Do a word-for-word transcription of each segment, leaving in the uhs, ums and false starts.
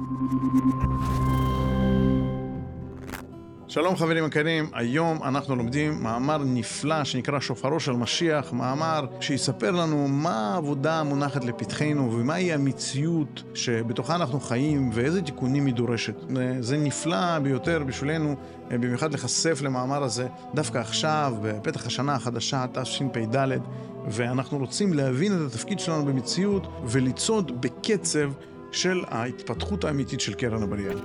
שלום חברים יקרים, היום אנחנו לומדים מאמר נפלא שנקרא שופרו של משיח, מאמר שיספר לנו מה העבודה המונחת לפתחנו ומהי המציאות שבתוכה אנחנו חיים ואיזה תיקונים היא דורשת. זה נפלא ביותר בשבילנו, במיוחד לחשף למאמר הזה דווקא עכשיו, בפתח השנה החדשה, תשפ"ד, ואנחנו רוצים להבין את התפקיד שלנו במציאות ולצעוד בקצב של ההתפתחות האמיתית של קרן הבריאה.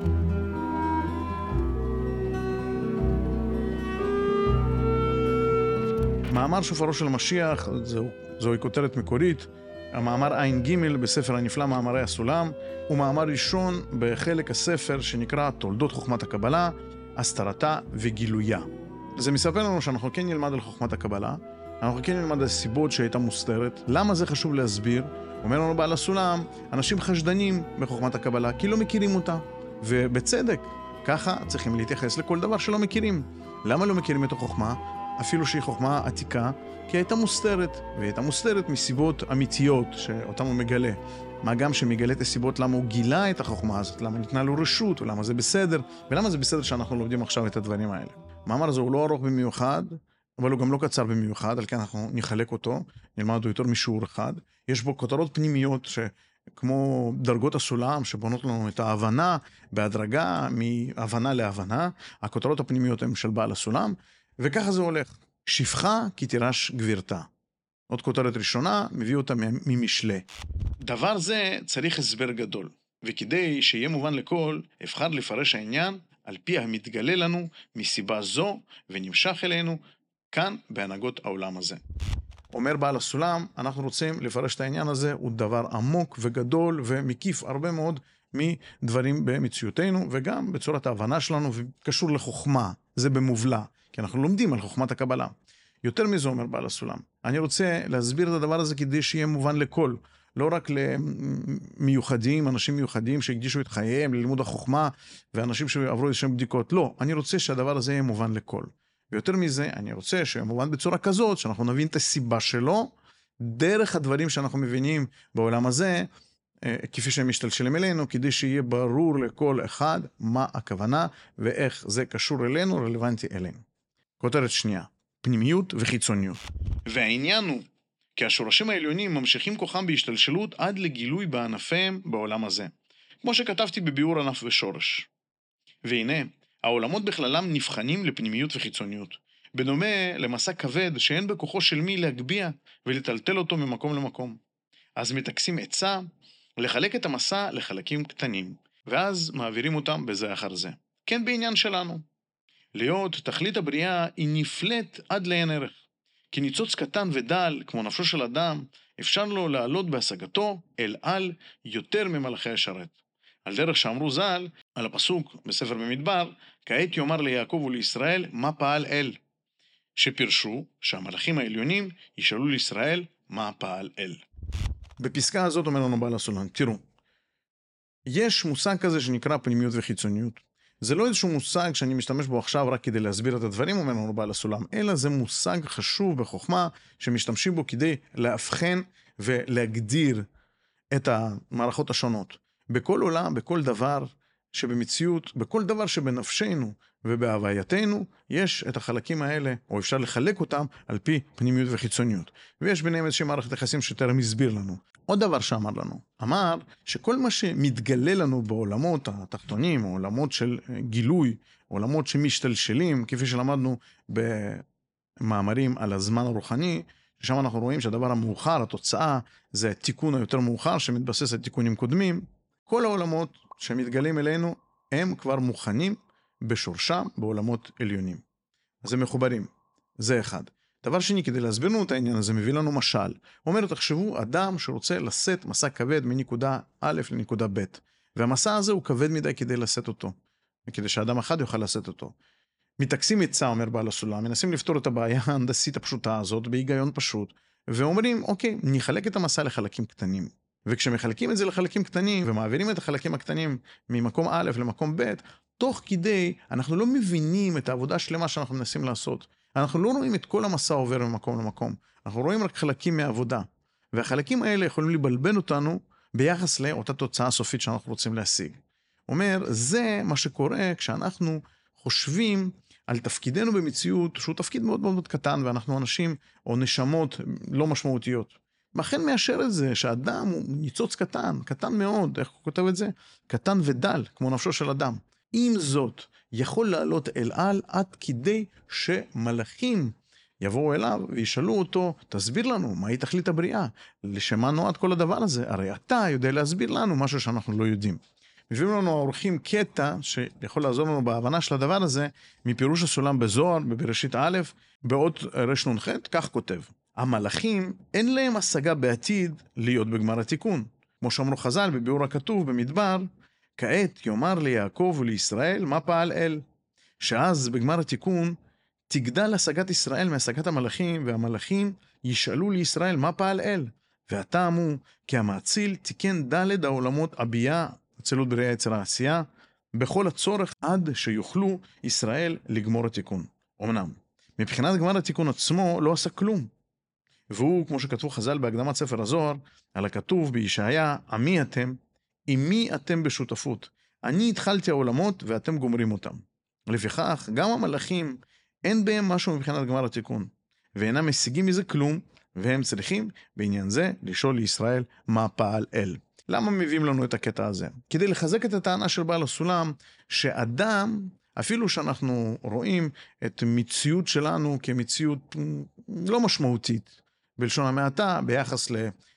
מאמר שופרו של משיח, זו, זוהי כותרת מקורית, המאמר עין ג' בספר הנפלא מאמרי הסולם, הוא מאמר ראשון בחלק הספר שנקרא תולדות חוכמת הקבלה, הסתרתה וגילויה. זה מספר לנו שאנחנו כן נלמד על חוכמת הקבלה, אנחנו כן נלמד על הסיבות שהייתה מוסתרת, למה זה חשוב להסביר. אומר לנו בעל הסולם, אנשים חשדנים בחוכמת הקבלה כי לא מכירים אותה, ובצדק, ככה צריכים להתייחס לכל דבר שלא מכירים. למה לא מכירים את החוכמה? אפילו שהיא חוכמה עתיקה, כי הייתה מוסתרת, והיא הייתה מוסתרת מסיבות אמיתיות שאותם הוא מגלה. מה גם שמגלה את הסיבות למה הוא גילה את החוכמה הזאת, למה ניתנה לו רשות, ולמה זה בסדר, ולמה זה בסדר שאנחנו לומדים עכשיו את הדברים האלה. המאמר הזה הוא לא ארוך במיוחד, אבל הוא גם לא קצר במיוחד, על כן אנחנו נחלק אותו, נלמד אותו יותר משיעור אחד. יש בו כותרות פנימיות שכמו דרגות הסולם שבונות לנו את ההבנה בהדרגה מהבנה להבנה. הכותרות הפנימיות הן של בעל הסולם, וככה זה הולך. שפחה כי תירש גבירתה. עוד כותרת ראשונה, מביא אותה ממשלי. דבר זה צריך הסבר גדול, וכדי שיהיה מובן לכל, אבחר לפרש העניין על פי המתגלה לנו מסיבה זו ונמשך אלינו כאן בהנהגות העולם הזה. אומר בעל הסולם, אנחנו רוצים לפרש את העניין הזה, הוא דבר עמוק וגדול ומקיף הרבה מאוד מדברים במציאותנו, וגם בצורת ההבנה שלנו, וקשור לחוכמה, זה במובלע. כי אנחנו לומדים על חוכמת הקבלה. יותר מזה אומר בעל הסולם. אני רוצה להסביר את הדבר הזה כדי שיהיה מובן לכל. לא רק למיוחדים, אנשים מיוחדים שהקדישו את חייהם ללימוד החוכמה, ואנשים שעברו איזשהם בדיקות. לא, אני רוצה שהדבר הזה יהיה מובן לכל. ויותר מזה, אני רוצה שיהיה מובן בצורה כזאת, שאנחנו נבין את הסיבה שלו, דרך הדברים שאנחנו מבינים בעולם הזה, כפי שהם משתלשלים אלינו, כדי שיהיה ברור לכל אחד מה הכוונה, ואיך זה קשור אלינו, רלוונטי אלינו. כותרת שנייה, פנימיות וחיצוניות. והעניין הוא, כי השורשים העליונים ממשיכים כוחם בהשתלשלות עד לגילוי בענפיהם בעולם הזה, כמו שכתבתי בביאור ענף ושורש. והנה, העולמות בכללם נבחנים לפנימיות וחיצוניות, בדומה למסע כבד שאין בכוחו של מי להגביע ולטלטל אותו ממקום למקום. אז מתעקסים עצה לחלק את המסע לחלקים קטנים, ואז מעבירים אותם בזה אחר זה. כן בעניין שלנו. להיות תכלית הבריאה היא נפלט עד לאין ערך. כי ניצוץ קטן ודל, כמו נפשו של אדם, אפשר לו לעלות בהשגתו אל על יותר ממלאכי השרת. על דרך שאמרו ז"ל, על הפסוק בספר במדבר, כעת יאמר ליעקב ולישראל מה פעל אל. שפרשו שהמלאכים העליונים ישאלו לישראל מה פעל אל. בפסקה הזאת אומר לנו בעל הסולם, תראו, יש מושג כזה שנקרא פנימיות וחיצוניות. זה לא איזשהו מושג שאני משתמש בו עכשיו רק כדי להסביר את הדברים, אומר לנו בעל הסולם, אלא זה מושג חשוב בחוכמה שמשתמשים בו כדי להבחן ולהגדיר את המערכות השונות. בכל עולם, בכל דבר שבמציאות, בכל דבר שבנפשנו ובהווייתנו, יש את החלקים האלה, או אפשר לחלק אותם על פי פנימיות וחיצוניות. ויש ביניהם איזושהי מערכת יחסים שתרם הסביר לנו. עוד דבר שאמר לנו, אמר שכל מה שמתגלה לנו בעולמות התחתונים, או עולמות של גילוי, עולמות שמשתלשלים, כפי שלמדנו במאמרים על הזמן הרוחני, ששם אנחנו רואים שהדבר המאוחר, התוצאה, זה התיקון היותר מאוחר שמתבסס על תיקונים קודמים. כל העולמות שמתגלים אלינו, הם כבר מוכנים בשורשם בעולמות עליונים. אז הם מחוברים. זה אחד. דבר שני, כדי להסביר לנו את העניין הזה, מביא לנו משל. הוא אומר, תחשבו, אדם שרוצה לשאת מסע כבד מנקודה א' לנקודה ב', והמסע הזה הוא כבד מדי כדי לשאת אותו, וכדי שאדם אחד יוכל לשאת אותו. מתעקסים עצה, אומר בעל הסולם, מנסים לפתור את הבעיה ההנדסית הפשוטה הזאת, בהיגיון פשוט, ואומרים, אוקיי, נחלק את המסע לחלקים קטנים. וכשמחלקים את זה לחלקים קטנים, ומעבירים את החלקים הקטנים ממקום א' למקום ב', תוך כדי, אנחנו לא מבינים את העבודה השלמה שאנחנו מנסים לעשות. אנחנו לא רואים את כל המסע עובר ממקום למקום. אנחנו רואים רק חלקים מהעבודה. והחלקים האלה יכולים לבלבן אותנו ביחס לאותה תוצאה סופית שאנחנו רוצים להשיג. אומר, זה מה שקורה כשאנחנו חושבים על תפקידנו במציאות, שהוא תפקיד מאוד מאוד מאוד קטן, ואנחנו אנשים או נשמות לא משמעותיות. לכן מאשר את זה שהאדם הוא ניצוץ קטן, קטן מאוד, איך הוא כותב את זה? קטן ודל, כמו נפשו של אדם. עם זאת, יכול לעלות אל על עד כדי שמלאכים יבואו אליו וישאלו אותו, תסביר לנו, מהי תכלית הבריאה? לשמה נועד כל הדבר הזה? הרי אתה יודע להסביר לנו משהו שאנחנו לא יודעים. מביאים לנו האורחים קטע שיכול לעזור לנו בהבנה של הדבר הזה, מפירוש הסולם בזוהר, בבראשית א', באות רש"ח, כך כותב. המלאכים אין להם השגה בעתיד להיות בגמר התיקון. כמו שאמרו חז"ל בביאור הכתוב במדבר, כעת יאמר ליעקב ולישראל מה פעל אל. שאז בגמר התיקון תגדל השגת ישראל מהשגת המלאכים, והמלאכים ישאלו לישראל מה פעל אל. והטעם הוא כי המאציל תיקן ד' העולמות הביאה, אצילות בריאה יצר העשייה, בכל הצורך עד שיוכלו ישראל לגמור התיקון. אמנם, מבחינת גמר התיקון עצמו לא עשה כלום. והוא, כמו שכתבו חז"ל בהקדמת ספר הזוהר, על הכתוב בישעיה, עמי אתם, עם מי אתם בשותפות. אני התחלתי העולמות ואתם גומרים אותם. לפיכך, גם המלאכים אין בהם משהו מבחינת גמר התיקון, ואינם משיגים מזה כלום, והם צריכים בעניין זה לשאול לישראל מה פעל אל. למה מביאים לנו את הקטע הזה? כדי לחזק את הטענה של בעל הסולם, שאדם, אפילו שאנחנו רואים את מציאות שלנו כמציאות לא משמעותית, בלשון המעטה, ביחס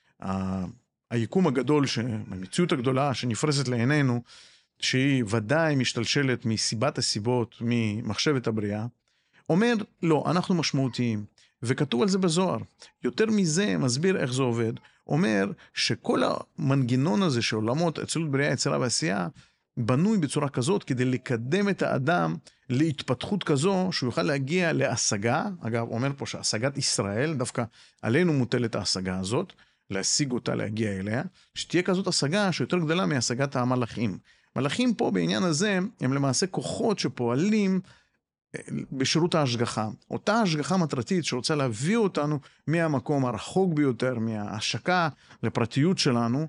ליקום הגדול, המציאות הגדולה שנפרסת לעינינו, שהיא ודאי משתלשלת מסיבת הסיבות, ממחשבת הבריאה, אומר, לא, אנחנו משמעותיים, וכתוב על זה בזוהר. יותר מזה מסביר איך זה עובד. אומר שכל המנגנון הזה של עולמות, אצילות בריאה, יצירה ועשייה, בנוי בצורה כזאת כדי לקדם את האדם להתפתחות כזו, שהוא יוכל להגיע להשגה. אגב, אומר פה שהשגת ישראל, דווקא עלינו מוטלת ההשגה הזאת, להשיג אותה, להגיע אליה, שתהיה כזאת השגה שיותר גדולה מהשגת המלאכים. מלאכים פה בעניין הזה הם למעשה כוחות שפועלים בשירות ההשגחה. אותה השגחה מטרתית שרוצה להביא אותנו מהמקום הרחוק ביותר, מההשקה לפרטיות שלנו,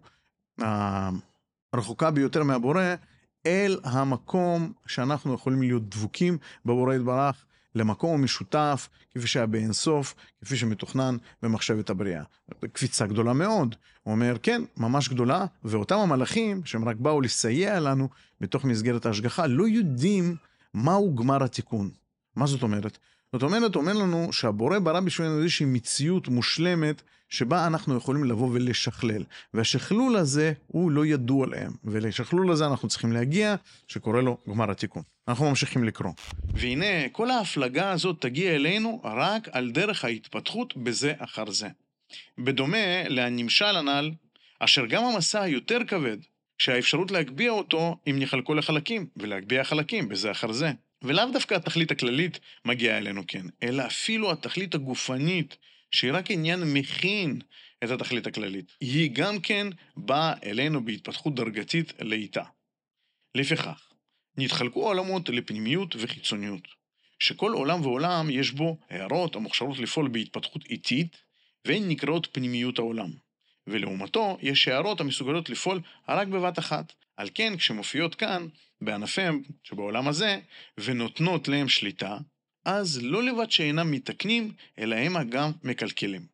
הרחוקה ביותר מהבורא, אל המקום שאנחנו יכולים להיות דבוקים בבורא יתברך, למקום משותף, כפי שהיה באין סוף, כפי שמתוכנן במחשבת הבריאה. קפיצה גדולה מאוד. הוא אומר, כן, ממש גדולה, ואותם המלאכים, שהם רק באו לסייע לנו בתוך מסגרת ההשגחה, לא יודעים מהו גמר התיקון. מה זאת אומרת? זאת אומרת, אומר לנו שהבורא ברא בשבילנו איזושהי מציאות מושלמת, שבה אנחנו יכולים לבוא ולשכלל. והשכלול הזה הוא לא ידוע להם. ולשכלול הזה אנחנו צריכים להגיע, שקורא לו גמר התיקון. אנחנו ממשיכים לקרוא. והנה, כל ההפלגה הזאת תגיע אלינו רק על דרך ההתפתחות בזה אחר זה. בדומה לנמשל הנ"ל, אשר גם המסע יותר כבד, שהאפשרות להגביע אותו אם נחלקו לחלקים, ולהגביע חלקים בזה אחר זה. ולאו דווקא התכלית הכללית מגיעה אלינו כן, אלא אפילו התכלית הגופנית, שהיא רק עניין מכין את התכלית הכללית. היא גם כן באה אלינו בהתפתחות דרגתית לאיתה. לפיכך, נתחלקו העולמות לפנימיות וחיצוניות, שכל עולם ועולם יש בו הערות המוכשרות לפעול בהתפתחות איטית, והן נקראות פנימיות העולם. ולעומתו יש הערות המסוגלות לפעול רק בבת אחת. על כן, כשמופיעות כאן, בענפיהם שבעולם הזה, ונותנות להם שליטה, אז לא לבד שאינם מתקנים, אלא הם גם מקלקלים.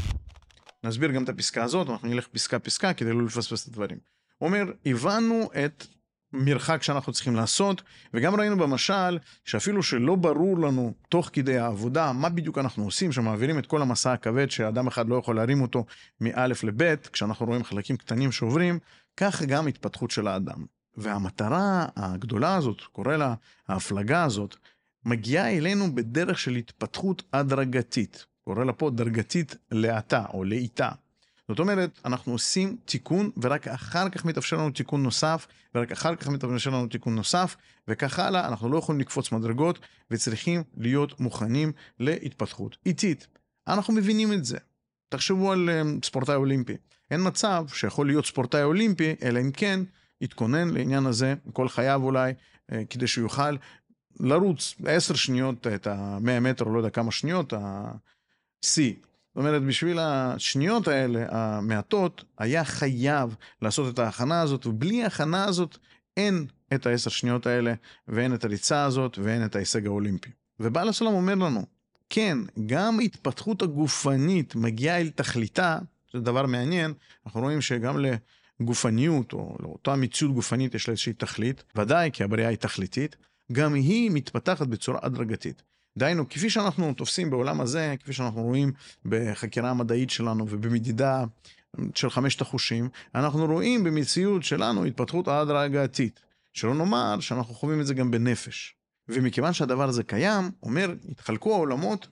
נסביר גם את הפסקה הזאת, אנחנו נלך פסקה פסקה כדי לא לפספס את הדברים. הוא אומר, הבנו את מרחק שאנחנו צריכים לעשות, וגם ראינו במשל שאפילו שלא ברור לנו תוך כדי העבודה מה בדיוק אנחנו עושים, שמעבירים את כל המסע הכבד שאדם אחד לא יכול להרים אותו מאלף לבית, כשאנחנו רואים חלקים קטנים שעוברים, כך גם התפתחות של האדם. והמטרה הגדולה הזאת, קורא לה ההפלגה הזאת, מגיעה אלינו בדרך של התפתחות הדרגתית. קורא לה פה דרגתית לאטה או לאיטה. זאת אומרת, אנחנו עושים תיקון, ורק אחר כך מתאפשר לנו תיקון נוסף, ורק אחר כך מתאפשר לנו תיקון נוסף, וכך הלאה, אנחנו לא יכולים לקפוץ מדרגות, וצריכים להיות מוכנים להתפתחות איטית. אנחנו מבינים את זה. תחשבו על um, ספורטאי אולימפי. אין מצב שיכול להיות ספורטאי אולימפי, אלא אם כן יתכונן לעניין הזה, כל חייו אולי, uh, כדי שהוא יוכל לרוץ עשר שניות, את ה-מאה מטר, או לא יודע כמה שניות, ה-C. זאת אומרת, בשביל השניות האלה, המעטות, היה חייב לעשות את ההכנה הזאת, ובלי ההכנה הזאת אין את העשר שניות האלה, ואין את הריצה הזאת, ואין את ההישג האולימפי. ובעל הסולם אומר לנו, כן, גם התפתחות הגופנית מגיעה אל תכליתה, זה דבר מעניין, אנחנו רואים שגם לגופניות, או לאותה מציאות גופנית יש לה איזושהי תכלית, ודאי כי הבריאה היא תכליתית, גם היא מתפתחת בצורה הדרגתית. דהיינו, כפי שאנחנו תופסים בעולם הזה, כפי שאנחנו רואים בחקירה המדעית שלנו ובמדידה של חמשת החושים, אנחנו רואים במציאות שלנו התפתחות הדרגתית. שלא נאמר שאנחנו חווים את זה גם בנפש. ומכיוון שהדבר הזה קיים, אומר, התחלקו העולמות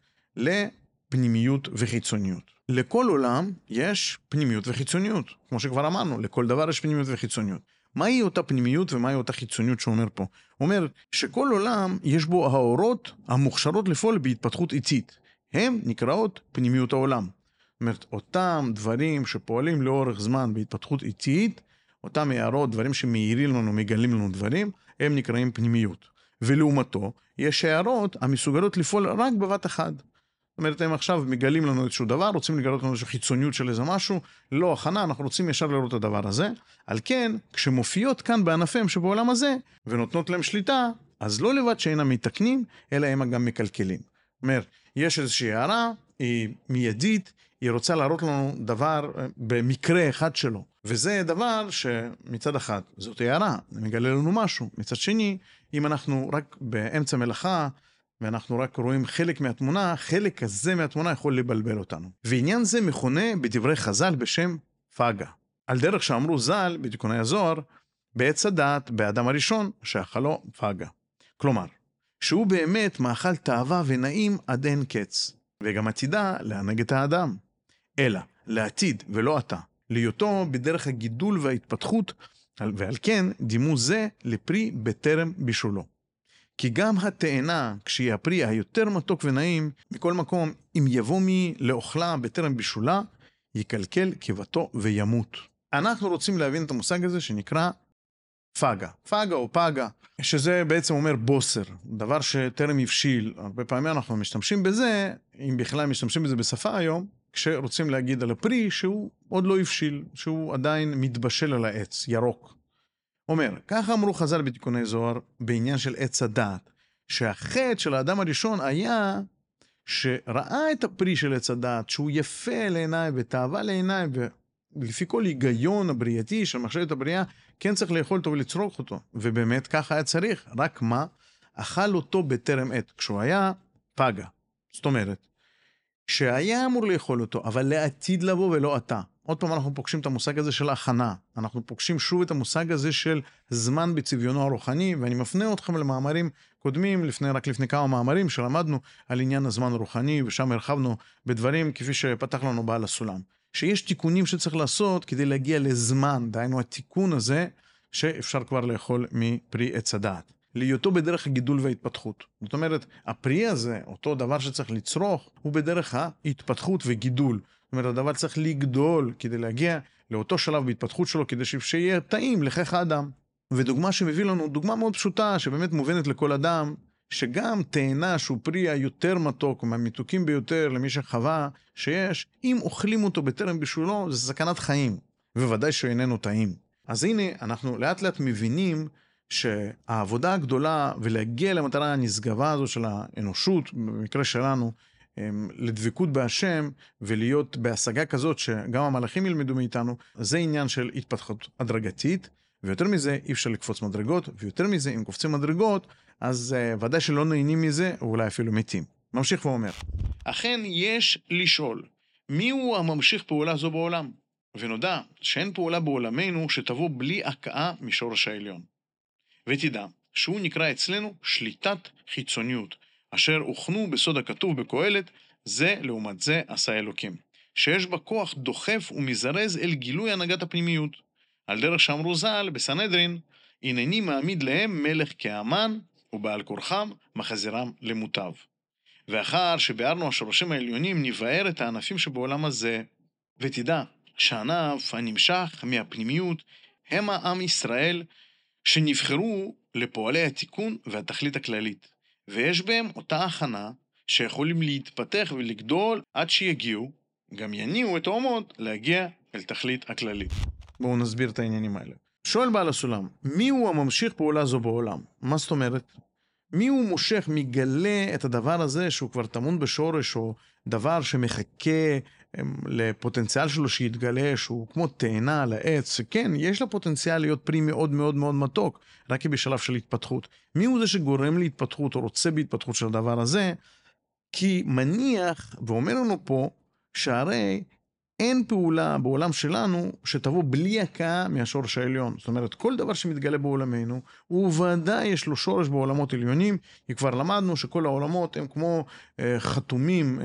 לפנימיות וחיצוניות. לכל עולם יש פנימיות וחיצוניות. כמו שכבר אמרנו, לכל דבר יש פנימיות וחיצוניות. מהי אותה פנימיות ומהי אותה חיצוניות שאומר פה? הוא אומר שכל עולם יש בו האורות המוכשרות לפעול בהתפתחות איטית. הם נקראות פנימיות העולם. זאת אומרת, אותם דברים שפועלים לאורך זמן בהתפתחות איטית, אותם הערות, דברים שמאירים לנו, מגלים לנו דברים, הם נקראים פנימיות. ולעומתו, יש הערות המסוגלות לפעול רק בבת אחד. זאת אומרת, הם עכשיו מגלים לנו איזשהו דבר, רוצים לגלות לנו איזושהי חיצוניות של איזה משהו, לא הכנה, אנחנו רוצים ישר לראות את הדבר הזה. על כן, כשמופיעות כאן בענפיהם שבעולם הזה, ונותנות להם שליטה, אז לא לבד שאינם מתקנים, אלא הם גם מקלקלים. זאת אומרת, יש איזושהי הערה, היא מיידית, היא רוצה להראות לנו דבר במקרה אחד שלו. וזה דבר שמצד אחד, זאת הערה, זה מגלה לנו משהו. מצד שני, אם אנחנו רק באמצע מלאכה, ואנחנו רק רואים חלק מהתמונה, חלק הזה מהתמונה יכול לבלבל אותנו. ועניין זה מכונה בדברי חז"ל בשם פגה. על דרך שאמרו ז"ל בתיקוני הזוהר, בעץ הדת, באדם הראשון, שאכלו פגה. כלומר, שהוא באמת מאכל תאווה ונעים עד אין קץ. וגם עתידה לענג את האדם. אלא, לעתיד ולא עתה. להיותו בדרך הגידול וההתפתחות, ועל כן דימו זה לפרי בטרם בישולו. כי גם התאנה, כשהיא הפרי היותר מתוק ונעים, מכל מקום, אם יבוא מי לאוכלה בטרם בישולה, יקלקל קיבתו וימות. אנחנו רוצים להבין את המושג הזה שנקרא פגה. פגה או פגה, שזה בעצם אומר בוסר, דבר שטרם הבשיל. הרבה פעמים אנחנו משתמשים בזה, אם בכלל משתמשים בזה בשפה היום, כשרוצים להגיד על הפרי שהוא עוד לא הבשיל, שהוא עדיין מתבשל על העץ, ירוק. אומר, ככה אמרו חז"ל בתיקוני זוהר בעניין של עץ הדעת, שהחטא של האדם הראשון היה שראה את הפרי של עץ הדעת, שהוא יפה לעיניי ותאווה לעיניי, ולפי כל היגיון הבריאתי של מחשבת הבריאה, כן צריך לאכול אותו ולצרוך אותו. ובאמת ככה היה צריך, רק מה? אכל אותו בטרם עת, כשהוא היה פגה. זאת אומרת, שהיה אמור לאכול אותו, אבל לעתיד לבוא ולא עתה. עוד פעם אנחנו פוגשים את המושג הזה של הכנה. אנחנו פוגשים שוב את המושג הזה של זמן בצביונו הרוחני, ואני מפנה אתכם למאמרים קודמים, לפני, רק לפני כמה מאמרים שלמדנו על עניין הזמן הרוחני, ושם הרחבנו בדברים כפי שפתח לנו בעל הסולם. שיש תיקונים שצריך לעשות כדי להגיע לזמן, דהיינו התיקון הזה שאפשר כבר לאכול מפרי עץ הדעת. להיותו בדרך הגידול וההתפתחות. זאת אומרת, הפרי הזה, אותו דבר שצריך לצרוך, הוא בדרך ההתפתחות וגידול. זאת אומרת, הדבר צריך לגדול כדי להגיע לאותו שלב בהתפתחות שלו, כדי שיהיה טעים לכך האדם. ודוגמה שמביא לנו, דוגמה מאוד פשוטה, שבאמת מובנת לכל אדם, שגם תאנה שהוא פרי היותר מתוק, מהמתוקים ביותר למי שחווה שיש, אם אוכלים אותו בטרם בישולו, זה סכנת חיים, וודאי שאיננו טעים. אז הנה, אנחנו לאט לאט מבינים שהעבודה הגדולה ולהגיע למטרה הנשגבה הזו של האנושות, במקרה שלנו, לדבקות בהשם ולהיות בהשגה כזאת שגם המלאכים ילמדו מאיתנו, זה עניין של התפתחות הדרגתית, ויותר מזה אי אפשר לקפוץ מדרגות, ויותר מזה אם קופצים מדרגות, אז uh, ודאי שלא נהנים מזה, או אולי אפילו מתים. ממשיך ואומר, אכן יש לשאול, מי הוא הממשיך פעולה זו בעולם? ונודע שאין פעולה בעולמנו שתבוא בלי הכאה משורש העליון. ותדע שהוא נקרא אצלנו שליטת חיצוניות, אשר הוכנו בסוד הכתוב בקהלת, זה לעומת זה עשה אלוקים, שיש בה כוח דוחף ומזרז אל גילוי הנהגת הפנימיות. על דרך שאמרו ז"ל בסנהדרין, הנני מעמיד להם מלך כהמן, ובעל כורחם מחזירם למוטב. ואחר שבארנו השורשים העליונים נבאר את הענפים שבעולם הזה, ותדע שהענף הנמשך מהפנימיות הם העם ישראל, שנבחרו לפועלי התיקון והתכלית הכללית, ויש בהם אותה הכנה שיכולים להתפתח ולגדול עד שיגיעו, גם יניעו את האומות להגיע אל תכלית הכללית. בואו נסביר את העניינים האלה. שואל בעל הסולם, מי הוא הממשיך פעולה זו בעולם? מה זאת אומרת? מי הוא מושך, מגלה את הדבר הזה שהוא כבר טמון בשורש, או דבר שמחכה הם, לפוטנציאל שלו שיתגלה, שהוא כמו תאנה על העץ, כן, יש לה פוטנציאל להיות פרי מאוד מאוד מאוד מתוק, רק היא בשלב של התפתחות. מי הוא זה שגורם להתפתחות, או רוצה בהתפתחות של הדבר הזה? כי מניח, ואומר לנו פה, שהרי אין פעולה בעולם שלנו שתבוא בלי הקאה מהשורש העליון. זאת אומרת, כל דבר שמתגלה בעולמנו, הוא ודאי יש לו שורש בעולמות עליונים, כי כבר למדנו שכל העולמות הם כמו אה, חתומים אה,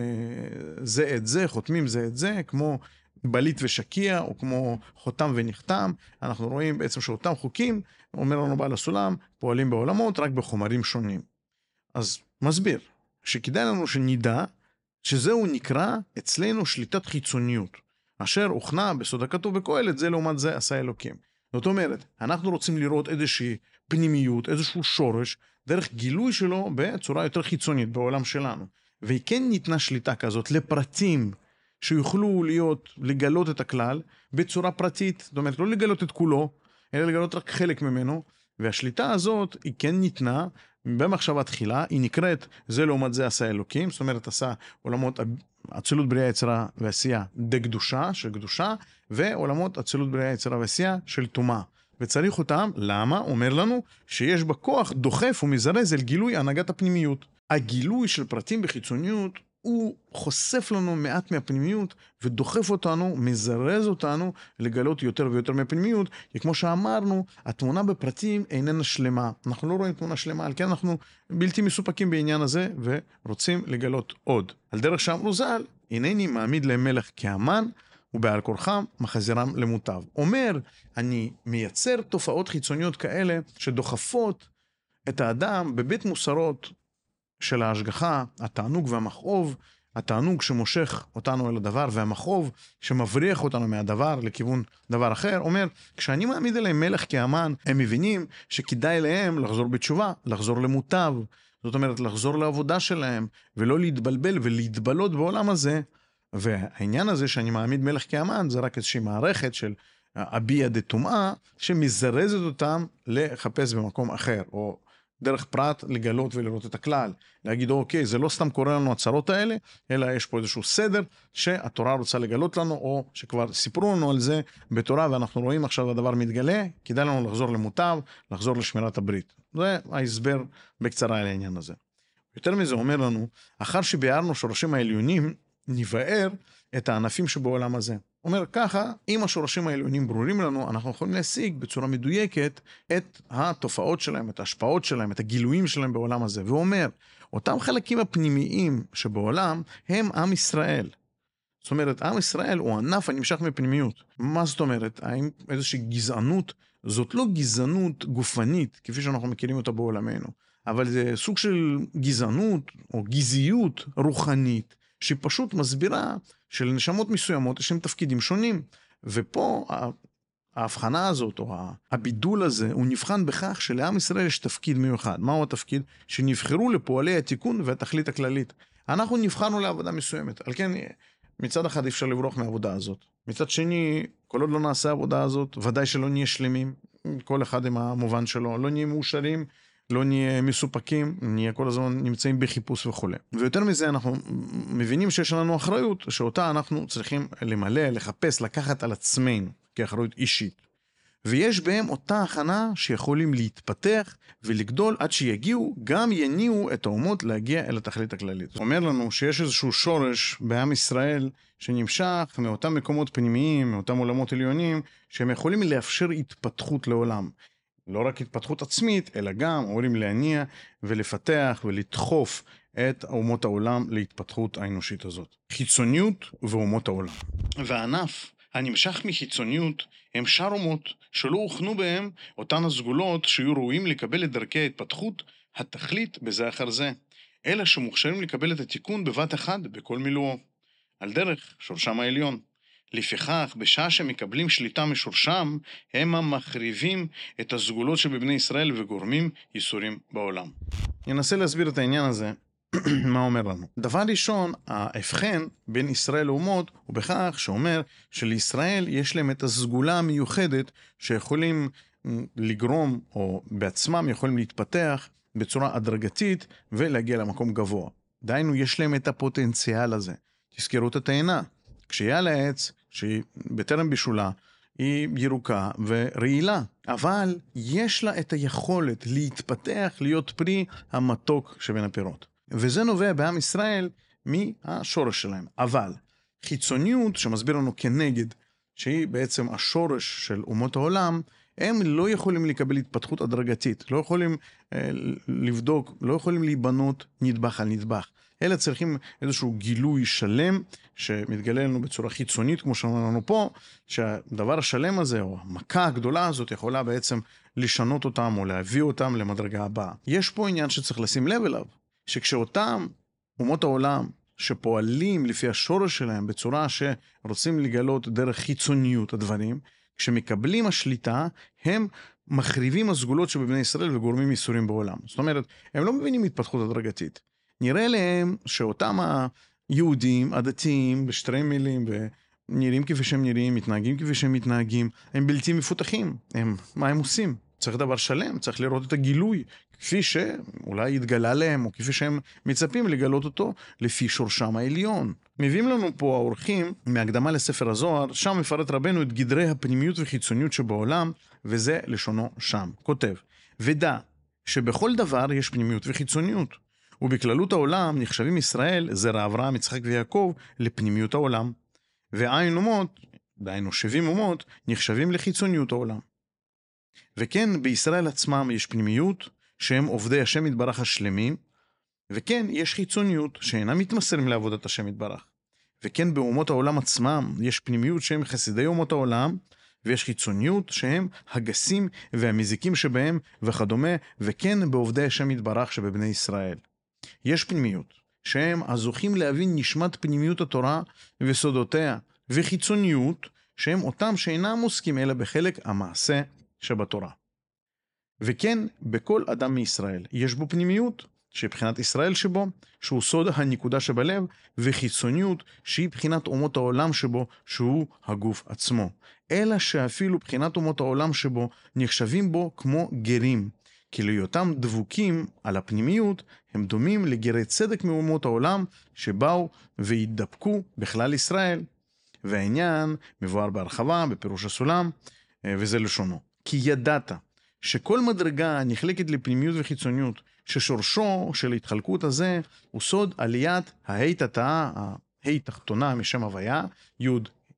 זה את זה, חותמים זה את זה, כמו בליט ושקיע, או כמו חותם ונחתם. אנחנו רואים בעצם שאותם חוקים, אומר לנו בעל הסולם, פועלים בעולמות רק בחומרים שונים. אז מסביר, שכדאי לנו שנדע, שזהו נקרא אצלנו שליטת חיצוניות. אשר הוכנה בסוד הכתוב בקהלת, זה לעומת זה עשה אלוקים. זאת אומרת, אנחנו רוצים לראות איזושהי פנימיות, איזשהו שורש, דרך גילוי שלו בצורה יותר חיצונית בעולם שלנו. והיא כן ניתנה שליטה כזאת לפרטים שיוכלו להיות, לגלות את הכלל בצורה פרטית, זאת אומרת, לא לגלות את כולו, אלא לגלות רק חלק ממנו, והשליטה הזאת היא כן ניתנה במחשבה תחילה, היא נקראת זה לעומת זה עשה אלוקים, זאת אומרת עשה עולמות אצילות בריאה יצירה ועשייה דקדושה של קדושה, ועולמות אצילות בריאה יצירה ועשייה של טומאה. וצריך אותם, למה? אומר לנו שיש בכוח דוחף ומזרז אל גילוי הנהגת הפנימיות. הגילוי של פרטים בחיצוניות הוא חושף לנו מעט מהפנימיות ודוחף אותנו, מזרז אותנו לגלות יותר ויותר מהפנימיות, כי כמו שאמרנו, התמונה בפרטים איננה שלמה. אנחנו לא רואים תמונה שלמה, על כן אנחנו בלתי מסופקים בעניין הזה ורוצים לגלות עוד. על דרך שאמרו ז"ל, הנני מעמיד להם מלך כאמן, ובעל כורחם מחזירם למוטב. אומר, אני מייצר תופעות חיצוניות כאלה שדוחפות את האדם בבית מוסרות של ההשגחה, התענוג והמכאוב, התענוג שמושך אותנו אל הדבר, והמכאוב שמבריח אותנו מהדבר לכיוון דבר אחר, אומר, כשאני מעמיד אליהם מלך כאמן, הם מבינים שכדאי להם לחזור בתשובה, לחזור למוטב, זאת אומרת, לחזור לעבודה שלהם, ולא להתבלבל ולהתבלות בעולם הזה, והעניין הזה שאני מעמיד מלך כאמן, זה רק איזושהי מערכת של אביה דטומאה, שמזרזת אותם לחפש במקום אחר, או דרך פרט לגלות ולראות את הכלל. להגיד, אוקיי, זה לא סתם קורה לנו הצרות האלה, אלא יש פה איזשהו סדר שהתורה רוצה לגלות לנו, או שכבר סיפרו לנו על זה בתורה, ואנחנו רואים עכשיו הדבר מתגלה, כדאי לנו לחזור למוטב, לחזור לשמירת הברית. זה ההסבר בקצרה על העניין הזה. יותר מזה אומר לנו, אחר שביארנו שורשים העליונים, נבאר את הענפים שבעולם הזה. אומר ככה, אם השורשים העליונים ברורים לנו, אנחנו יכולים להשיג בצורה מדויקת את התופעות שלהם, את ההשפעות שלהם, את הגילויים שלהם בעולם הזה. והוא אומר, אותם חלקים הפנימיים שבעולם הם עם ישראל. זאת אומרת, עם ישראל הוא ענף הנמשך מפנימיות. מה זאת אומרת? האם איזושהי גזענות? זאת לא גזענות גופנית, כפי שאנחנו מכירים אותה בעולמנו, אבל זה סוג של גזענות או גזעיות רוחנית, שפשוט מסבירה שלנשמות מסוימות יש להם תפקידים שונים. ופה ההבחנה הזאת, או הבידול הזה, הוא נבחן בכך שלעם ישראל יש תפקיד מיוחד. מהו התפקיד? שנבחרו לפועלי התיקון והתכלית הכללית. אנחנו נבחרנו לעבודה מסוימת. על כן, מצד אחד אפשר לברוח מהעבודה הזאת. מצד שני, כל עוד לא נעשה העבודה הזאת, ודאי שלא נהיה שלמים, כל אחד עם המובן שלו, לא נהיה מאושרים, לא נהיה מסופקים, נהיה כל הזמן נמצאים בחיפוש וכו'. ויותר מזה אנחנו מבינים שיש לנו אחריות, שאותה אנחנו צריכים למלא, לחפש, לקחת על עצמנו, כאחריות אישית. ויש בהם אותה הכנה שיכולים להתפתח ולגדול עד שיגיעו, גם יניעו את האומות להגיע אל התכלית הכללית. זאת אומרת לנו שיש איזשהו שורש בעם ישראל שנמשך מאותם מקומות פנימיים, מאותם עולמות עליונים, שהם יכולים לאפשר התפתחות לעולם. לא רק התפתחות עצמית, אלא גם יכולים להניע ולפתח ולדחוף את אומות העולם להתפתחות האנושית הזאת. חיצוניות ואומות העולם. והענף הנמשך מחיצוניות הם שאר אומות שלא הוכנו בהם אותן הסגולות שיהיו ראויים לקבל את דרכי ההתפתחות, התכלית בזה אחר זה, אלא שמוכשרים לקבל את התיקון בבת אחד בכל מילואו, על דרך שורשם העליון. לפיכך, בשעה שמקבלים שליטה משורשם, הם המחריבים את הסגולות שבבני ישראל וגורמים ייסורים בעולם. ננסה להסביר את העניין הזה מה אומר לנו? דבר ראשון, ההבחן בין ישראל לאומות הוא בכך שאומר שלישראל יש להם את הסגולה המיוחדת שיכולים לגרום, או בעצמם יכולים להתפתח בצורה הדרגתית ולהגיע למקום גבוה. דהיינו, יש להם את הפוטנציאל הזה. תזכרו את התאנה. כשיהיה על העץ, שהיא בטרם בישולה, היא ירוקה ורעילה, אבל יש לה את היכולת להתפתח, להיות פרי המתוק שבין הפירות. וזה נובע בעם ישראל מהשורש שלהם. אבל חיצוניות שמסביר לנו כנגד, שהיא בעצם השורש של אומות העולם, הם לא יכולים לקבל התפתחות הדרגתית, לא יכולים אה, לבדוק, לא יכולים להיבנות נדבך על נדבך. אלא צריכים איזשהו גילוי שלם שמתגלה לנו בצורה חיצונית, כמו שאומרים לנו פה, שהדבר השלם הזה, או המכה הגדולה הזאת, יכולה בעצם לשנות אותם או להביא אותם למדרגה הבאה. יש פה עניין שצריך לשים לב אליו, שכשאותם אומות העולם שפועלים לפי השורש שלהם בצורה שרוצים לגלות דרך חיצוניות הדברים, כשמקבלים השליטה, הם מחריבים הסגולות שבבני ישראל וגורמים ייסורים בעולם. זאת אומרת, הם לא מבינים התפתחות הדרגתית. נראה להם שאותם היהודים, הדתיים, בשטרי מילים, ונראים כפי שהם נראים, מתנהגים כפי שהם מתנהגים, הם בלתי מפותחים. הם, מה הם עושים? צריך דבר שלם, צריך לראות את הגילוי, כפי שאולי יתגלה להם, או כפי שהם מצפים לגלות אותו, לפי שורשם העליון. מביאים לנו פה האורחים מהקדמה לספר הזוהר, שם מפרט רבנו את גדרי הפנימיות וחיצוניות שבעולם, וזה לשונו שם. כותב, ודע שבכל דבר יש פנימיות וחיצוניות, ובכללות העולם נחשבים ישראל, זרע אברהם, יצחק ויעקב, לפנימיות העולם. ועין אומות, דהיינו שבעים אומות, נחשבים לחיצוניות העולם. וכן, בישראל עצמם יש פנימיות, שהם עובדי השם יתברך השלמים, וכן, יש חיצוניות, שאינם מתמסרים לעבודת השם יתברך. וכן, באומות העולם עצמם יש פנימיות שהם חסידי אומות העולם, ויש חיצוניות שהם הגסים והמזיקים שבהם וכדומה, וכן בעובדי השם יתברך שבבני ישראל. יש פנימיות, שהם הזוכים להבין נשמת פנימיות התורה וסודותיה, וחיצוניות, שהם אותם שאינם עוסקים אלא בחלק המעשה שבתורה. וכן, בכל אדם מישראל יש בו פנימיות, שהיא בחינת ישראל שבו, שהוא סוד הנקודה שבלב, וחיצוניות, שהיא בחינת אומות העולם שבו, שהוא הגוף עצמו. אלא שאפילו בחינת אומות העולם שבו, נחשבים בו כמו גרים, כי להיותם דבוקים על הפנימיות, הם דומים לגרי צדק מאומות העולם, שבאו והתדבקו בכלל ישראל. והעניין מבואר בהרחבה, בפירוש הסולם, וזה לשונו. כי ידעת שכל מדרגה נחלקת לפנימיות וחיצוניות, ששורשו של ההתחלקות הזה הוא סוד עליית ההי תתאה, ההי תחתונה משם הוויה, י'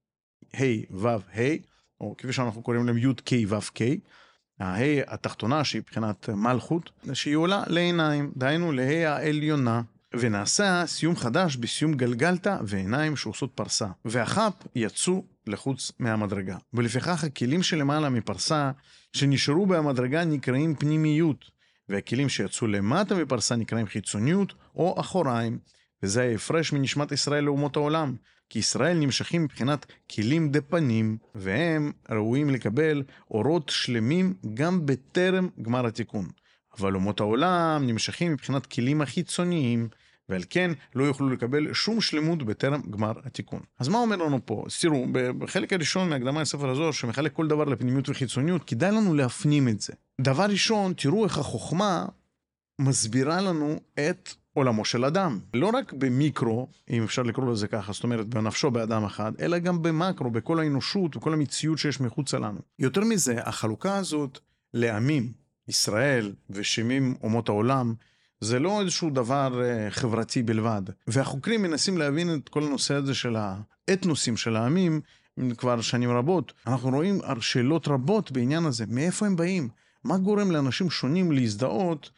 ה' ו' ה', או כפי שאנחנו קוראים להם י' ק' ו' ק', ההי התחתונה שהיא מבחינת מלכות, שהיא עולה לעיניים, דהיינו להי העליונה, ונעשה סיום חדש בסיום גלגלתא ועיניים שעושות פרסה, והחפ יצאו לחוץ מהמדרגה. ולפיכך הכלים שלמעלה מפרסה שנשארו במדרגה נקראים פנימיות, והכלים שיצאו למטה מפרסה נקראים חיצוניות או אחוריים, וזה ההפרש מנשמת ישראל לאומות העולם, כי ישראל נמשכים מבחינת כלים דפנים, והם ראויים לקבל אורות שלמים גם בטרם גמר התיקון. אבל אומות העולם נמשכים מבחינת כלים החיצוניים, ועל כן לא יוכלו לקבל שום שלמות בטרם גמר התיקון. אז מה אומר לנו פה? אז תראו, בחלק הראשון מהקדמה לספר הזוהר, שמחלק כל דבר לפנימיות וחיצוניות, כדאי לנו להפנים את זה. דבר ראשון, תראו איך החוכמה מסבירה לנו את עולמו של אדם. לא רק במיקרו, אם אפשר לקרוא לזה ככה, זאת אומרת בנפשו באדם אחד, אלא גם במקרו, בכל האנושות וכל המציאות שיש מחוץ לנו. יותר מזה, החלוקה הזאת לעמים, ישראל ושמים אומות העולם, זה לא איזשהו דבר חברתי בלבד. והחוקרים מנסים להבין את כל הנושא הזה של האתנוסים של העמים כבר שנים רבות. אנחנו רואים שאלות רבות בעניין הזה. מאיפה הם באים? מה גורם לאנשים שונים להזדהות,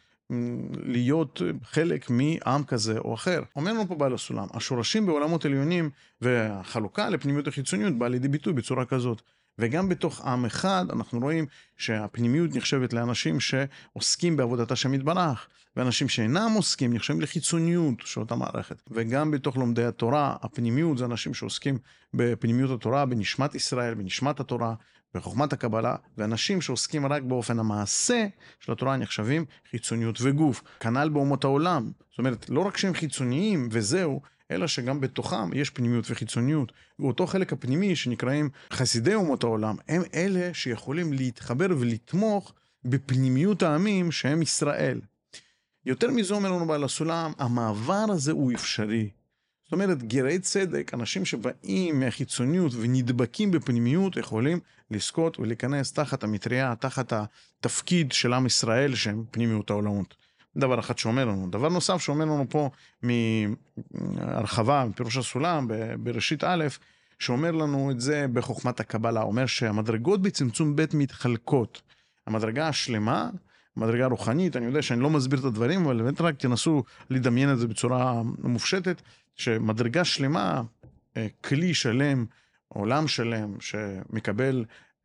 להיות חלק מעם כזה או אחר? אומר לנו פה בעל הסולם, השורשים בעולמות עליונים והחלוקה לפנימיות החיצוניות באה לידי ביטוי בצורה כזאת. וגם בתוך עם אחד אנחנו רואים שהפנימיות נחשבת לאנשים שעוסקים בעבודת השם יתברך, ואנשים שאינם עוסקים נחשבים לחיצוניות של אותה מערכת. וגם בתוך לומדי התורה, הפנימיות זה אנשים שעוסקים בפנימיות התורה, בנשמת ישראל, בנשמת התורה, בחוכמת הקבלה, ואנשים שעוסקים רק באופן המעשה של התורה נחשבים חיצוניות וגוף. כנ"ל באומות העולם. זאת אומרת, לא רק שהם חיצוניים וזהו, אלא שגם בתוכם יש פנימיות וחיצוניות. ואותו חלק הפנימי שנקראים חסידי אומות העולם, הם אלה שיכולים להתחבר ולתמוך בפנימיות העמים שהם ישראל. יותר מזה אומר לנו בעל הסולם, המעבר הזה הוא אפשרי. זאת אומרת, גרי צדק, אנשים שבאים מהחיצוניות ונדבקים בפנימיות, יכולים לזכות ולהיכנס תחת המטריה, תחת התפקיד של עם ישראל שהם פנימיות העולמות. דבר אחד שאומר לנו. דבר נוסף שאומר לנו פה מהרחבה, מפירוש הסולם, בראשית א', שאומר לנו את זה בחוכמת הקבלה. אומר שהמדרגות בצמצום ב' מתחלקות. המדרגה השלמה, המדרגה הרוחנית, אני יודע שאני לא מסביר את הדברים, אבל באמת רק תנסו לדמיין את זה בצורה מופשטת, שמדרגה שלמה, כלי שלם, עולם שלם, שמקבל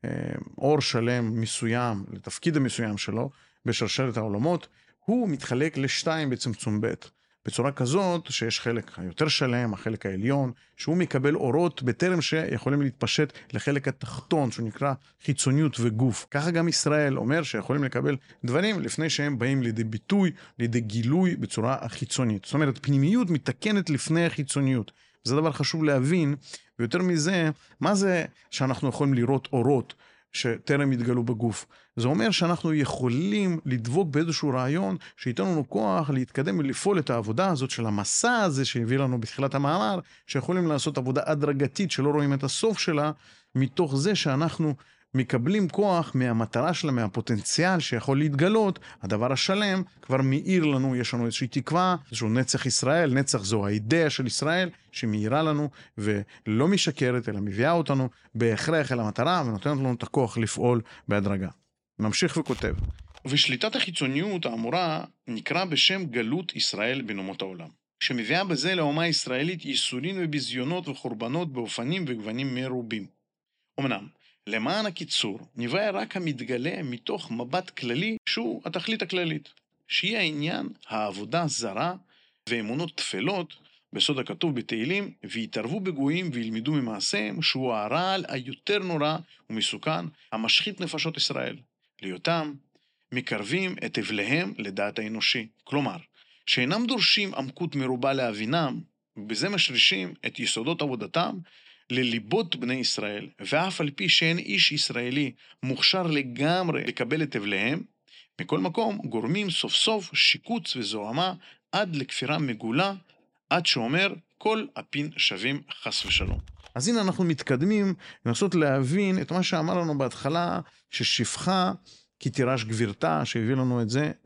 אור שלם מסוים, לתפקיד המסוים שלו, בשרשרת העולמות, הוא מתחלק לשתיים בצמצום ב'. בצורה כזאת שיש חלק היותר שלם, החלק העליון, שהוא מקבל אורות בטרם שיכולים להתפשט לחלק התחתון, שהוא נקרא חיצוניות וגוף. ככה גם ישראל אומר שיכולים לקבל דברים לפני שהם באים לידי ביטוי, לידי גילוי בצורה החיצונית. זאת אומרת, פנימיות מתקנת לפני החיצוניות. זה דבר חשוב להבין, ויותר מזה, מה זה שאנחנו יכולים לראות אורות שטרם התגלו בגוף? זה אומר שאנחנו יכולים לדבוק באיזשהו רעיון שייתן לנו כוח להתקדם ולפעול את העבודה הזאת של המסע הזה שהביא לנו בתחילת המאמר, שיכולים לעשות עבודה הדרגתית שלא רואים את הסוף שלה, מתוך זה שאנחנו מקבלים כוח מהמטרה שלה, מהפוטנציאל שיכול להתגלות. הדבר השלם כבר מאיר לנו, יש לנו איזושהי תקווה, איזשהו נצח ישראל, נצח זו האידאה של ישראל שמאירה לנו ולא משקרת אלא מביאה אותנו בהכרח אל המטרה ונותנת לנו את הכוח לפעול בהדרגה. ממשיך וכותב, ושליטת החיצוניות האמורה נקרא בשם גלות ישראל בין אומות העולם, שמביאה בזה לאומה הישראלית ייסורים ובזיונות וחורבנות באופנים וגוונים מרובים. אמנם, למען הקיצור, נביא רק המתגלה מתוך מבט כללי שהוא התכלית הכללית, שהיא העניין העבודה זרה ואמונות תפלות בסוד הכתוב בתהילים, ויתערבו בגויים וילמדו ממעשיהם, שהוא הרעל היותר נורא ומסוכן המשחית נפשות ישראל. להיותם מקרבים את אבליהם לדעת האנושי. כלומר, שאינם דורשים עמקות מרובה להבינם, ובזה משרישים את יסודות עבודתם לליבות בני ישראל, ואף על פי שאין איש ישראלי מוכשר לגמרי לקבל את אבליהם, מכל מקום גורמים סוף סוף שיקוץ וזוהמה עד לכפירה מגולה, עד שאומר כל הפין שווים חס ושלום. אז הנה אנחנו מתקדמים לנסות להבין את מה שאמר לנו בהתחלה, ששפחה כי תירש גבירתה, שהביא לנו את זה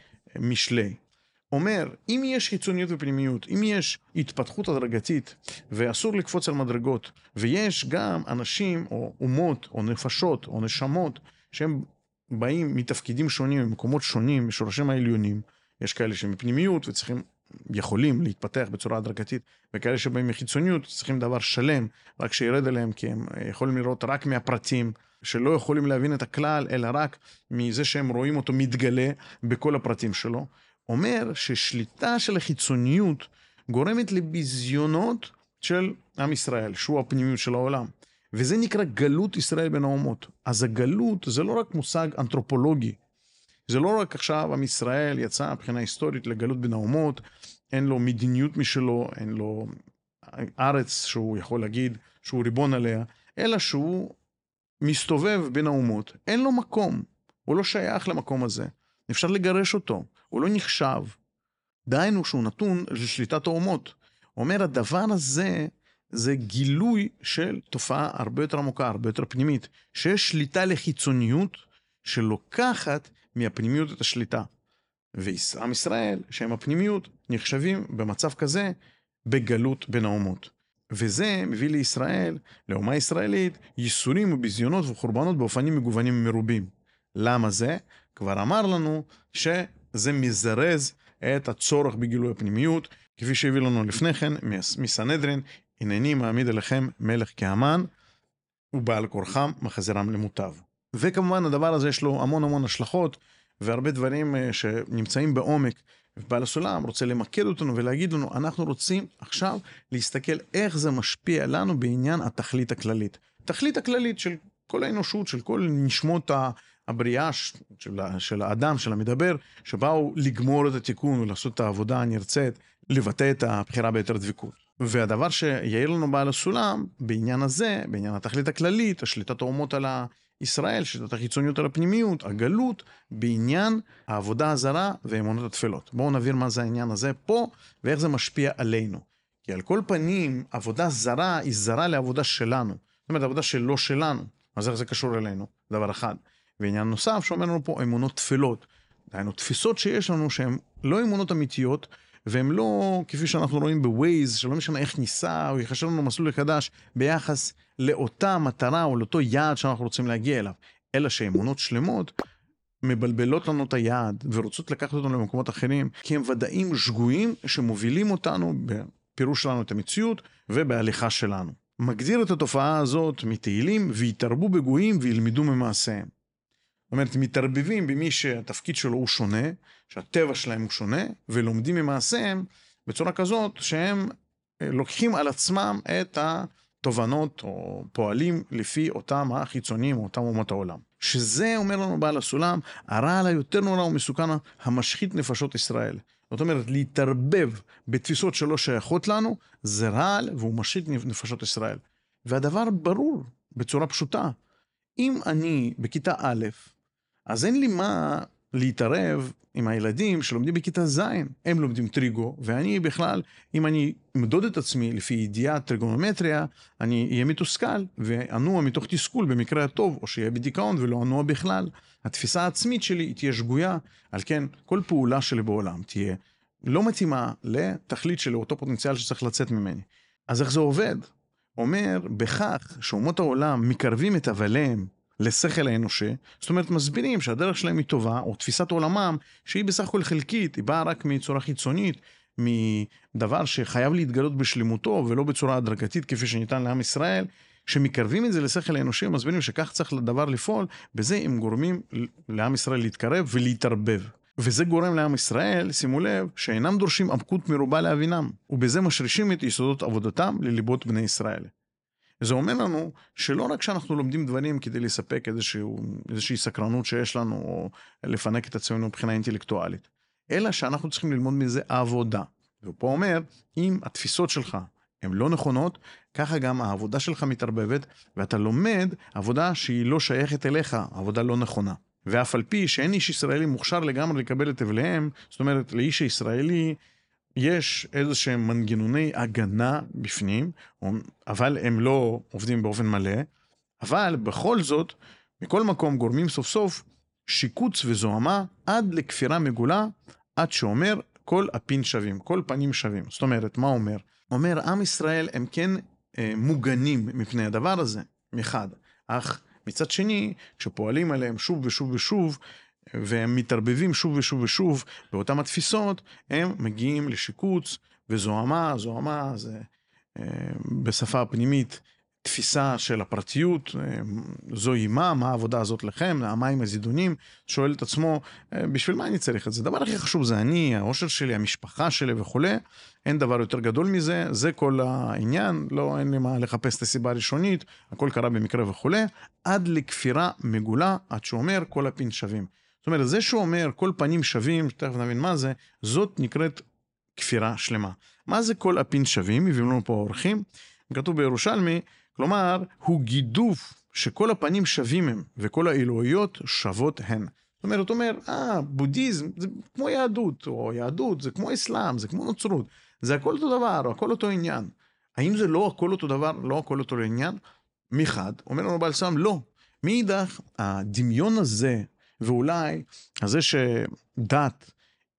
ממשלי. אומר, אם יש חיצוניות ופנימיות, אם יש התפתחות הדרגתית, ואסור לקפוץ על מדרגות, ויש גם אנשים או אומות או נפשות או נשמות, שהם באים מתפקידים שונים, ממקומות שונים, משורשים העליונים, יש כאלה שהם מפנימיות וצריכים, יכולים להתפתח בצורה הדרגתית, וכאלה שבאים מחיצוניות צריכים דבר שלם, רק שירד אליהם, כי הם יכולים לראות רק מהפרטים, שלא יכולים להבין את הכלל, אלא רק מזה שהם רואים אותו מתגלה בכל הפרטים שלו. אומר ששליטה של החיצוניות גורמת לביזיונות של עם ישראל, שהוא הפנימיות של העולם. וזה נקרא גלות ישראל בין האומות. אז הגלות זה לא רק מושג אנתרופולוגי, זה לא רק עכשיו עם ישראל יצא מבחינה היסטורית לגלות בין האומות, אין לו מדיניות משלו, אין לו ארץ שהוא יכול להגיד שהוא ריבון עליה, אלא שהוא מסתובב בין האומות, אין לו מקום, הוא לא שייך למקום הזה, אפשר לגרש אותו, הוא לא נחשב, דהיינו שהוא נתון לשליטת האומות. אומר הדבר הזה, זה גילוי של תופעה הרבה יותר עמוקה, הרבה יותר פנימית, שיש שליטה לחיצוניות שלוקחת מהפנימיות את השליטה. ועם ישראל, שהם הפנימיות, נחשבים במצב כזה בגלות בין האומות. וזה מביא לישראל, לאומה הישראלית, ייסורים וביזיונות וחורבנות באופנים מגוונים ומרובים. למה זה? כבר אמר לנו שזה מזרז את הצורך בגילוי הפנימיות, כפי שהביא לנו לפני כן מסנהדרין, הנני מעמיד אליכם מלך כהמן, ובעל כורחם מחזירם למוטב. וכמובן הדבר הזה יש לו המון המון השלכות, והרבה דברים שנמצאים בעומק, ובעל הסולם רוצה למקד אותנו ולהגיד לנו, אנחנו רוצים עכשיו להסתכל איך זה משפיע לנו בעניין התכלית הכללית. תכלית הכללית של כל האנושות, של כל נשמות הבריאה של, של האדם, של המדבר, שבאו לגמור את התיקון ולעשות את העבודה הנרצית, לבטא את הבחירה ביתר דבקות. והדבר שיעיר לנו בעל הסולם, בעניין הזה, בעניין התכלית הכללית, השליטת האומות על ישראל, שליטת החיצוניות על הפנימיות, הגלות, בעניין העבודה הזרה ואמונות התפלות. בואו נבהיר מה זה העניין הזה פה, ואיך זה משפיע עלינו. כי על כל פנים, עבודה זרה היא זרה לעבודה שלנו. זאת אומרת, עבודה שלא שלנו. אז איך זה קשור אלינו? דבר אחד. ועניין נוסף שאומר לנו פה, אמונות תפלות. דהיינו, תפיסות שיש לנו שהן לא אמונות אמיתיות, והן לא, כפי שאנחנו רואים בווייז, שלא משנה איך ניסה, או יחשב לנו מסלול חדש, ביחס לאותה מטרה או לאותו יעד שאנחנו רוצים להגיע אליו. אלא שאמונות שלמות מבלבלות לנו את היעד, ורוצות לקחת אותנו למקומות אחרים, כי הם ודאים שגויים שמובילים אותנו בפירוש שלנו את המציאות ובהליכה שלנו. מגדיר את התופעה הזאת מתהילים, ויתרבו בגויים וילמדו ממעשיהם. זאת אומרת, מתערבבים במי שהתפקיד שלו הוא שונה, שהטבע שלהם הוא שונה, ולומדים ממעשיהם בצורה כזאת שהם לוקחים על עצמם את התובנות או פועלים לפי אותם החיצונים או אותם אומות העולם. שזה אומר לנו בעל הסולם, הרעל היותר נורא ומסוכן המשחית נפשות ישראל. זאת אומרת, להתערבב בתפיסות שלא שייכות לנו, זה רעל והוא משחית נפשות ישראל. והדבר ברור בצורה פשוטה. אם אני בכיתה א', אז אין לי מה להתערב עם הילדים שלומדים בכיתה ז', הם לומדים טריגו, ואני בכלל, אם אני אמדוד את עצמי לפי ידיעת טריגונומטריה, אני אהיה מתוסכל, ואנוע מתוך תסכול במקרה הטוב, או שיהיה בדיכאון ולא אנוע בכלל. התפיסה העצמית שלי תהיה שגויה, על כן כל פעולה שלי בעולם תהיה לא מתאימה לתכלית של אותו פוטנציאל שצריך לצאת ממני. אז איך זה עובד? אומר, בכך שאומות העולם מקרבים את הבליהם, לשכל האנושי, זאת אומרת מסבירים שהדרך שלהם היא טובה, או תפיסת עולמם, שהיא בסך הכל חלקית, היא באה רק מצורה חיצונית, מדבר שחייב להתגלות בשלמותו, ולא בצורה הדרגתית כפי שניתן לעם ישראל, שמקרבים את זה לשכל האנושי, מסבירים שכך צריך לדבר לפעול, בזה הם גורמים לעם ישראל להתקרב ולהתערבב. וזה גורם לעם ישראל, שימו לב, שאינם דורשים עמקות מרובה להבינם, ובזה משרישים את יסודות עבודתם לליבות בני ישראל. זה אומר לנו שלא רק שאנחנו לומדים דברים כדי לספק איזשהו, איזושהי סקרנות שיש לנו, או לפנק את עצמנו מבחינה אינטלקטואלית, אלא שאנחנו צריכים ללמוד מזה עבודה. ופה אומר, אם התפיסות שלך הן לא נכונות, ככה גם העבודה שלך מתערבבת, ואתה לומד עבודה שהיא לא שייכת אליך, עבודה לא נכונה. ואף על פי שאין איש ישראלי מוכשר לגמרי לקבל את הבליהם, זאת אומרת, לאיש הישראלי יש איזה שהם מנגנוני הגנה בפנים, אבל הם לא עובדים באופן מלא, אבל בכל זאת, מכל מקום גורמים סוף סוף שיקוץ וזוהמה עד לכפירה מגולה, עד שאומר כל הפין שווים, כל פנים שווים. זאת אומרת, מה אומר? אומר, עם ישראל הם כן אה, מוגנים מפני הדבר הזה, מחד. אך מצד שני, כשפועלים עליהם שוב ושוב ושוב, והם מתערבבים שוב ושוב ושוב באותם התפיסות, הם מגיעים לשיקוץ וזוהמה. זוהמה זה אה, בשפה הפנימית תפיסה של הפרטיות, אה, זוהי מה, מה העבודה הזאת לכם, המים הזידונים, שואל את עצמו, אה, בשביל מה אני צריך את זה? הדבר הכי חשוב זה אני, האושר שלי, המשפחה שלי וכו'. אין דבר יותר גדול מזה, זה כל העניין, לא, אין לי מה לחפש את הסיבה הראשונית, הכל קרה במקרה וכו', עד לכפירה מגולה, עד שאומר כל הפין שווים. זאת אומרת, זה שהוא אומר כל פנים שווים, תכף נבין מה זה, זאת נקראת כפירה שלמה. מה זה כל הפין שווים? מביאים לנו פה אורחים, כתוב בירושלמי, כלומר, הוא גידוף שכל הפנים שווים הם, וכל האלוהיות שוות הן. זאת אומרת, הוא אומר, אה, בודהיזם זה כמו יהדות, או יהדות זה כמו אסלאם, זה כמו נוצרות, זה הכל אותו דבר, או הכל אותו עניין. האם זה לא הכל אותו דבר, לא הכל אותו עניין? מחד, אומר לנו בעל סולם, לא. מאידך, הדמיון הזה, ואולי הזה שדת,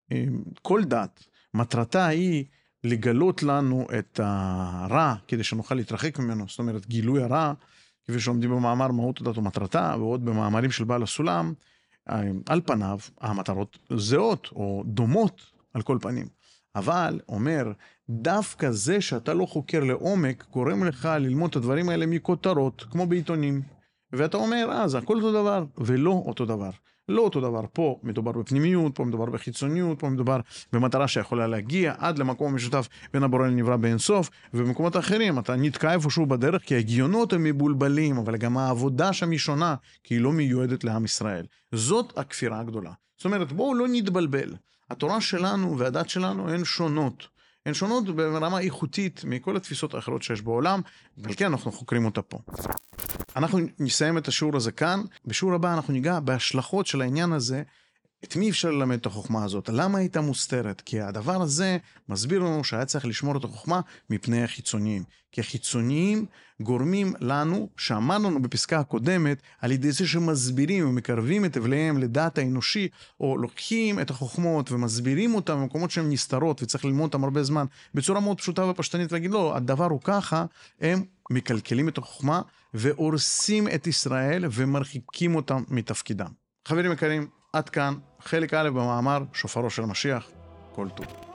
כל דת, מטרתה היא לגלות לנו את הרע, כדי שנוכל להתרחק ממנו, זאת אומרת, גילוי הרע, כפי שעומדים במאמר מהות הדת ומטרתה, ועוד במאמרים של בעל הסולם, על פניו, המטרות זהות או דומות על כל פנים. אבל, אומר, דווקא זה שאתה לא חוקר לעומק, גורם לך ללמוד את הדברים האלה מכותרות, כמו בעיתונים. ואתה אומר, אה, זה הכל אותו דבר, ולא אותו דבר. לא אותו דבר. פה מדובר בפנימיות, פה מדובר בחיצוניות, פה מדובר במטרה שיכולה להגיע עד למקום המשותף בין הבורא לנברא באינסוף, ובמקומות האחרים אתה נתקע איפשהו בדרך, כי ההגיונות הם מבולבלים, אבל גם העבודה שם היא שונה, כי היא לא מיועדת לעם ישראל. זאת הכפירה הגדולה. זאת אומרת, בואו לא נתבלבל. התורה שלנו והדת שלנו הן שונות. הן שונות ברמה איכותית מכל התפיסות האחרות שיש בעולם, ועל כן אנחנו חוקרים אותה פה. אנחנו נסיים את השיעור הזה כאן. בשיעור הבא אנחנו ניגע בהשלכות של העניין הזה. את מי אפשר ללמד את החוכמה הזאת? למה היא הייתה מוסתרת? כי הדבר הזה מסביר לנו שהיה צריך לשמור את החוכמה מפני החיצוניים. כי החיצוניים גורמים לנו, שאמרנו לנו בפסקה הקודמת, על ידי זה שמסבירים ומקרבים את הבליהם לדעת האנושי, או לוקחים את החוכמות ומסבירים אותם במקומות שהן נסתרות, וצריך ללמוד אותם הרבה זמן, בצורה מאוד פשוטה ופשטנית, להגיד לא, הדבר הוא ככה, הם מקלקלים את החוכמה, והורסים את ישראל ומרחיקים אותם מתפקידם. חברים יקרים, עד כאן חלק א' במאמר שופרו של משיח. כל טוב.